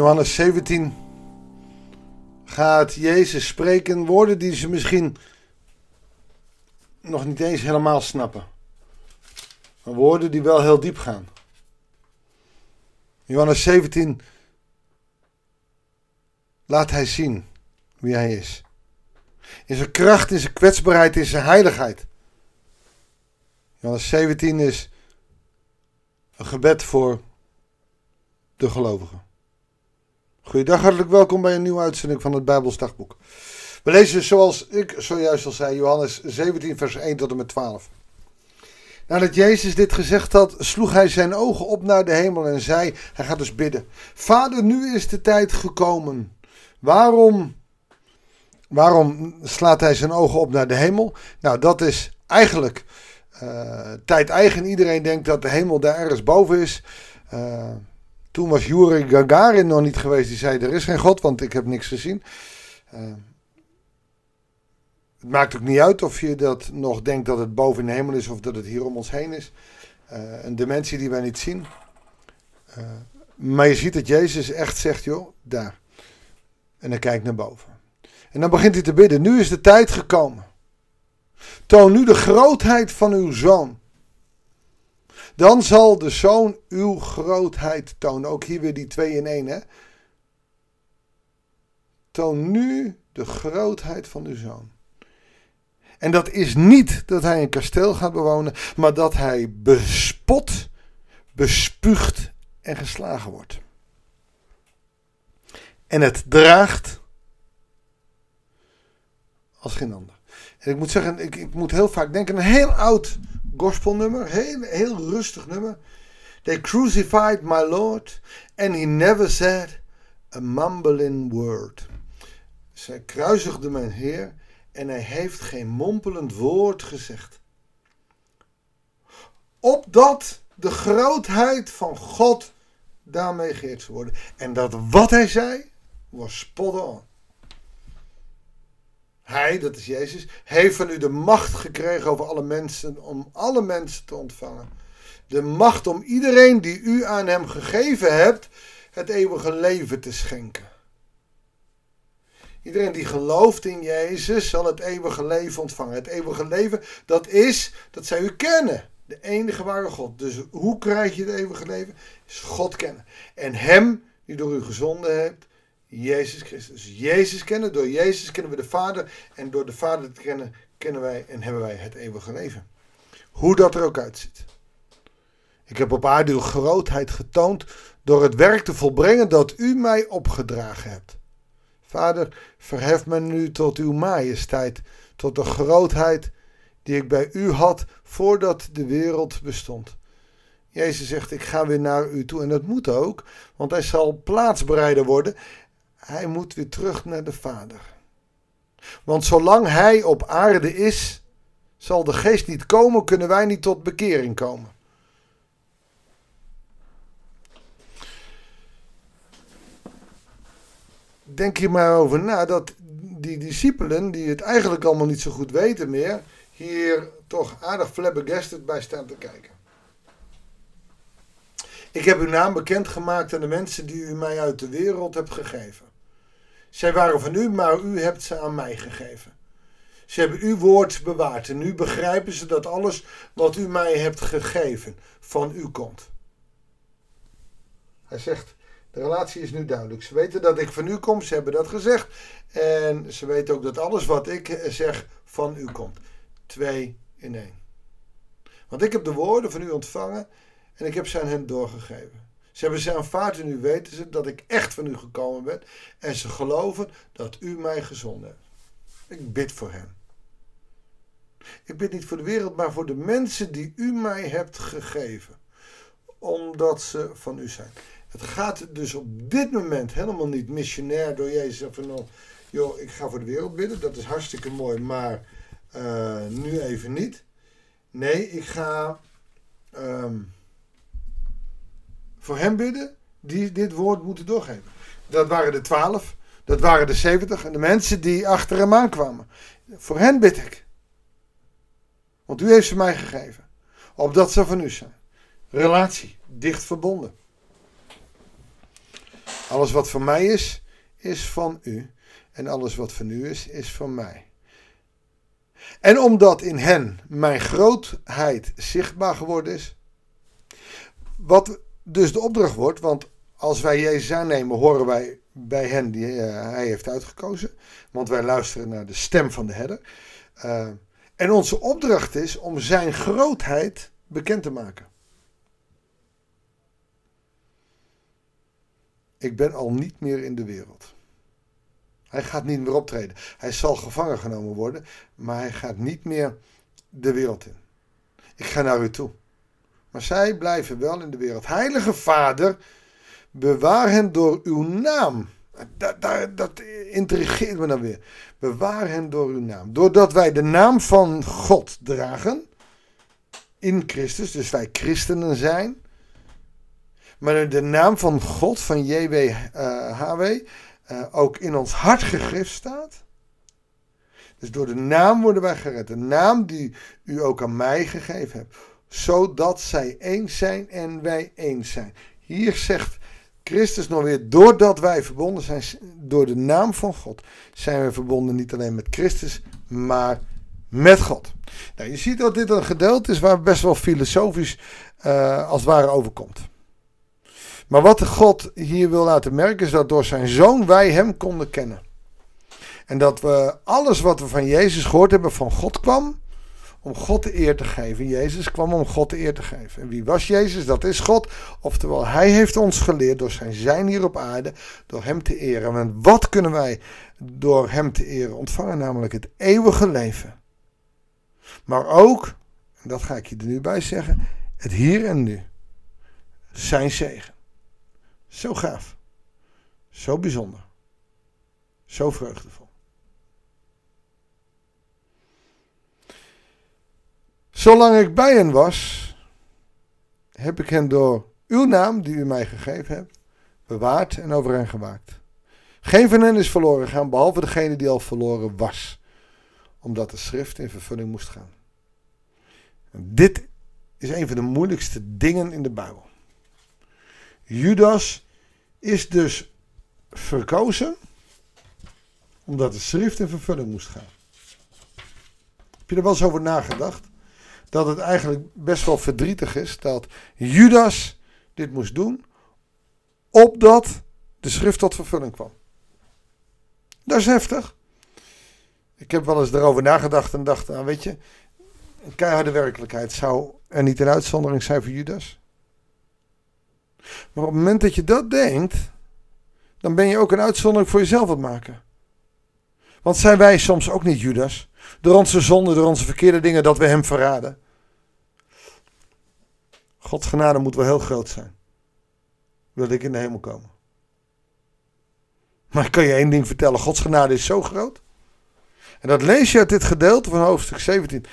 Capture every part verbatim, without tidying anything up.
Johannes zeventien gaat Jezus spreken woorden die ze misschien nog niet eens helemaal snappen. Maar woorden die wel heel diep gaan. Johannes zeventien laat hij zien wie hij is. In zijn kracht, in zijn kwetsbaarheid, in zijn heiligheid. Johannes zeventien is een gebed voor de gelovigen. Goeiedag, hartelijk welkom bij een nieuwe uitzending van het Bijbels Dagboek. We lezen zoals ik zojuist al zei, Johannes zeventien vers één tot en met twaalf. Nadat Jezus dit gezegd had, sloeg hij zijn ogen op naar de hemel en zei, hij gaat dus bidden. Vader, nu is de tijd gekomen. Waarom, waarom slaat hij zijn ogen op naar de hemel? Nou, dat is eigenlijk uh, tijd eigen. Iedereen denkt dat de hemel daar ergens boven is. Uh, toen was Yuri Gagarin nog niet geweest. Die zei, er is geen God, want ik heb niks gezien. Uh, Het maakt ook niet uit of je dat nog denkt dat het boven in de hemel is of dat het hier om ons heen is. Uh, een dimensie die wij niet zien. Uh, maar je ziet dat Jezus echt zegt, joh, daar. En hij kijkt naar boven. En dan begint hij te bidden. Nu is de tijd gekomen. Toon nu de grootheid van uw zoon. Dan zal de zoon uw grootheid tonen. Ook hier weer die twee in één, hè. Toon nu de grootheid van uw zoon. En dat is niet dat hij een kasteel gaat bewonen, maar dat hij bespot, bespuugd en geslagen wordt. En het draagt als geen ander. En ik moet zeggen, ik, ik moet heel vaak denken aan een heel oud gospelnummer, heel, heel rustig nummer. They crucified my Lord and he never said a mumbling word. Zij kruisigden mijn Heer. En hij heeft geen mompelend woord gezegd. Opdat de grootheid van God daarmee geëerd zou worden. En dat wat hij zei, was spot on. Hij, dat is Jezus, heeft van u de macht gekregen over alle mensen, om alle mensen te ontvangen. De macht om iedereen die u aan hem gegeven hebt, het eeuwige leven te schenken. Iedereen die gelooft in Jezus zal het eeuwige leven ontvangen. Het eeuwige leven, dat is dat zij u kennen. De enige ware God. Dus hoe krijg je het eeuwige leven? Is God kennen. En hem die door u gezonden hebt, Jezus Christus. Dus Jezus kennen, door Jezus kennen we de Vader. En door de Vader te kennen, kennen wij en hebben wij het eeuwige leven. Hoe dat er ook uitziet. Ik heb op aarde uw grootheid getoond door het werk te volbrengen dat u mij opgedragen hebt. Vader, verhef me nu tot uw majesteit, tot de grootheid die ik bij u had voordat de wereld bestond. Jezus zegt, ik ga weer naar u toe en dat moet ook, want hij zal plaatsbereider worden. Hij moet weer terug naar de Vader. Want zolang hij op aarde is, zal de geest niet komen, kunnen wij niet tot bekering komen. Denk hier maar over na dat die discipelen, die het eigenlijk allemaal niet zo goed weten meer, hier toch aardig flabbergasted bij staan te kijken. Ik heb uw naam bekendgemaakt aan de mensen die u mij uit de wereld hebt gegeven. Zij waren van u, maar u hebt ze aan mij gegeven. Ze hebben uw woord bewaard en nu begrijpen ze dat alles wat u mij hebt gegeven van u komt. Hij zegt, de relatie is nu duidelijk. Ze weten dat ik van u kom, ze hebben dat gezegd. En ze weten ook dat alles wat ik zeg van u komt. Twee in één. Want ik heb de woorden van u ontvangen en ik heb ze aan hen doorgegeven. Ze hebben ze aanvaard en nu weten ze dat ik echt van u gekomen ben. En ze geloven dat u mij gezonden hebt. Ik bid voor hen. Ik bid niet voor de wereld, maar voor de mensen die u mij hebt gegeven. Omdat ze van u zijn. Het gaat dus op dit moment helemaal niet missionair door Jezus. Van, nou, joh, ik ga voor de wereld bidden. Dat is hartstikke mooi, maar uh, nu even niet. Nee, ik ga um, voor hen bidden die dit woord moeten doorgeven. Dat waren de twaalf, dat waren de zeventig en de mensen die achter hem aankwamen. Voor hen bid ik. Want u heeft ze mij gegeven. Opdat ze van u zijn. Relatie, dicht verbonden. Alles wat van mij is, is van u. En alles wat van u is, is van mij. En omdat in hen mijn grootheid zichtbaar geworden is. Wat dus de opdracht wordt, want als wij Jezus aannemen, horen wij bij hen die uh, hij heeft uitgekozen. Want wij luisteren naar de stem van de herder. Uh, en onze opdracht is om zijn grootheid bekend te maken. Ik ben al niet meer in de wereld. Hij gaat niet meer optreden. Hij zal gevangen genomen worden, maar hij gaat niet meer de wereld in. Ik ga naar u toe. Maar zij blijven wel in de wereld. Heilige Vader, bewaar hen door uw naam. Dat, dat, dat intrigeert me dan weer. Bewaar hen door uw naam. Doordat wij de naam van God dragen. In Christus. Dus wij christenen zijn. Maar de naam van God, van J W H W, uh, ook in ons hart gegrift staat. Dus door de naam worden wij gered. De naam die u ook aan mij gegeven hebt. Zodat zij één zijn en wij één zijn. Hier zegt Christus nog weer, doordat wij verbonden zijn door de naam van God, zijn we verbonden niet alleen met Christus, maar met God. Nou, je ziet dat dit een gedeelte is waar best wel filosofisch uh, als het ware overkomt. Maar wat God hier wil laten merken is dat door zijn zoon wij hem konden kennen. En dat we alles wat we van Jezus gehoord hebben van God kwam om God de eer te geven. Jezus kwam om God de eer te geven. En wie was Jezus? Dat is God. Oftewel, hij heeft ons geleerd door zijn zijn hier op aarde, door hem te eren. En wat kunnen wij door hem te eren ontvangen? Namelijk het eeuwige leven. Maar ook, en dat ga ik je er nu bij zeggen, het hier en nu. Zijn zegen. Zo gaaf. Zo bijzonder. Zo vreugdevol. Zolang ik bij hen was, heb ik hen door uw naam, die u mij gegeven hebt, bewaard en over hen gewaakt. Geen van hen is verloren gegaan, behalve degene die al verloren was, omdat de schrift in vervulling moest gaan. En dit is een van de moeilijkste dingen in de Bijbel. Judas is dus verkozen, omdat de schrift in vervulling moest gaan. Heb je er wel eens over nagedacht? Dat het eigenlijk best wel verdrietig is dat Judas dit moest doen, opdat de schrift tot vervulling kwam. Dat is heftig. Ik heb wel eens erover nagedacht en dacht, nou weet je, een keiharde werkelijkheid. Zou er niet een uitzondering zijn voor Judas? Maar op het moment dat je dat denkt, dan ben je ook een uitzondering voor jezelf aan het maken. Want zijn wij soms ook niet Judas? Door onze zonde, door onze verkeerde dingen, dat we hem verraden. Gods genade moet wel heel groot zijn. Wil ik in de hemel komen. Maar ik kan je één ding vertellen. Gods genade is zo groot. En dat lees je uit dit gedeelte van hoofdstuk zeventien.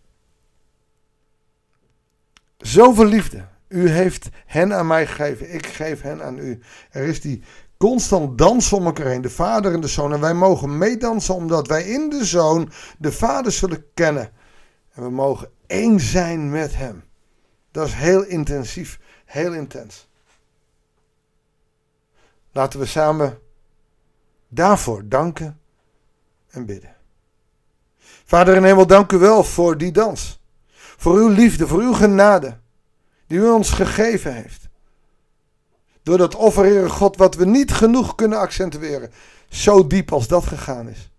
Zoveel liefde. U heeft hen aan mij gegeven. Ik geef hen aan u. Er is die constant dansen om elkaar heen. De Vader en de Zoon. En wij mogen meedansen omdat wij in de Zoon de Vader zullen kennen. En we mogen één zijn met hem. Dat is heel intensief. Heel intens. Laten we samen daarvoor danken en bidden. Vader in hemel, dank u wel voor die dans. Voor uw liefde, voor uw genade. Die u ons gegeven heeft. Door dat offer, Heere God, wat we niet genoeg kunnen accentueren. Zo diep als dat gegaan is.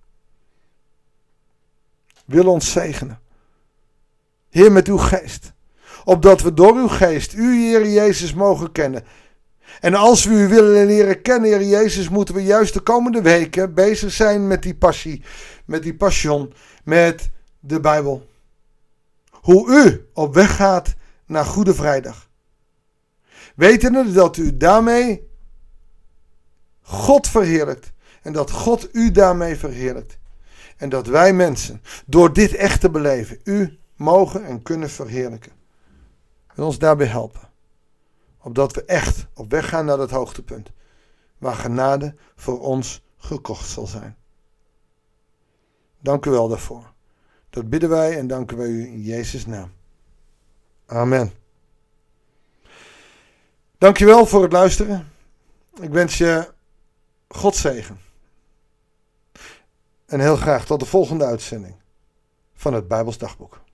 Wil ons zegenen. Heer, met uw geest. Opdat we door uw geest, u, Heer Jezus, mogen kennen. En als we u willen leren kennen, Heer Jezus, moeten we juist de komende weken bezig zijn met die passie. Met die passion. Met de Bijbel. Hoe u op weg gaat naar Goede Vrijdag. Wetende dat u daarmee God verheerlijkt. En dat God u daarmee verheerlijkt. En dat wij mensen, door dit echt te beleven, u mogen en kunnen verheerlijken. Wil ons daarbij helpen. Opdat we echt op weg gaan naar dat hoogtepunt. Waar genade voor ons gekocht zal zijn. Dank u wel daarvoor. Dat bidden wij en danken wij u in Jezus' naam. Amen. Dank je wel voor het luisteren. Ik wens je God zegen. En heel graag tot de volgende uitzending van het Bijbels Dagboek.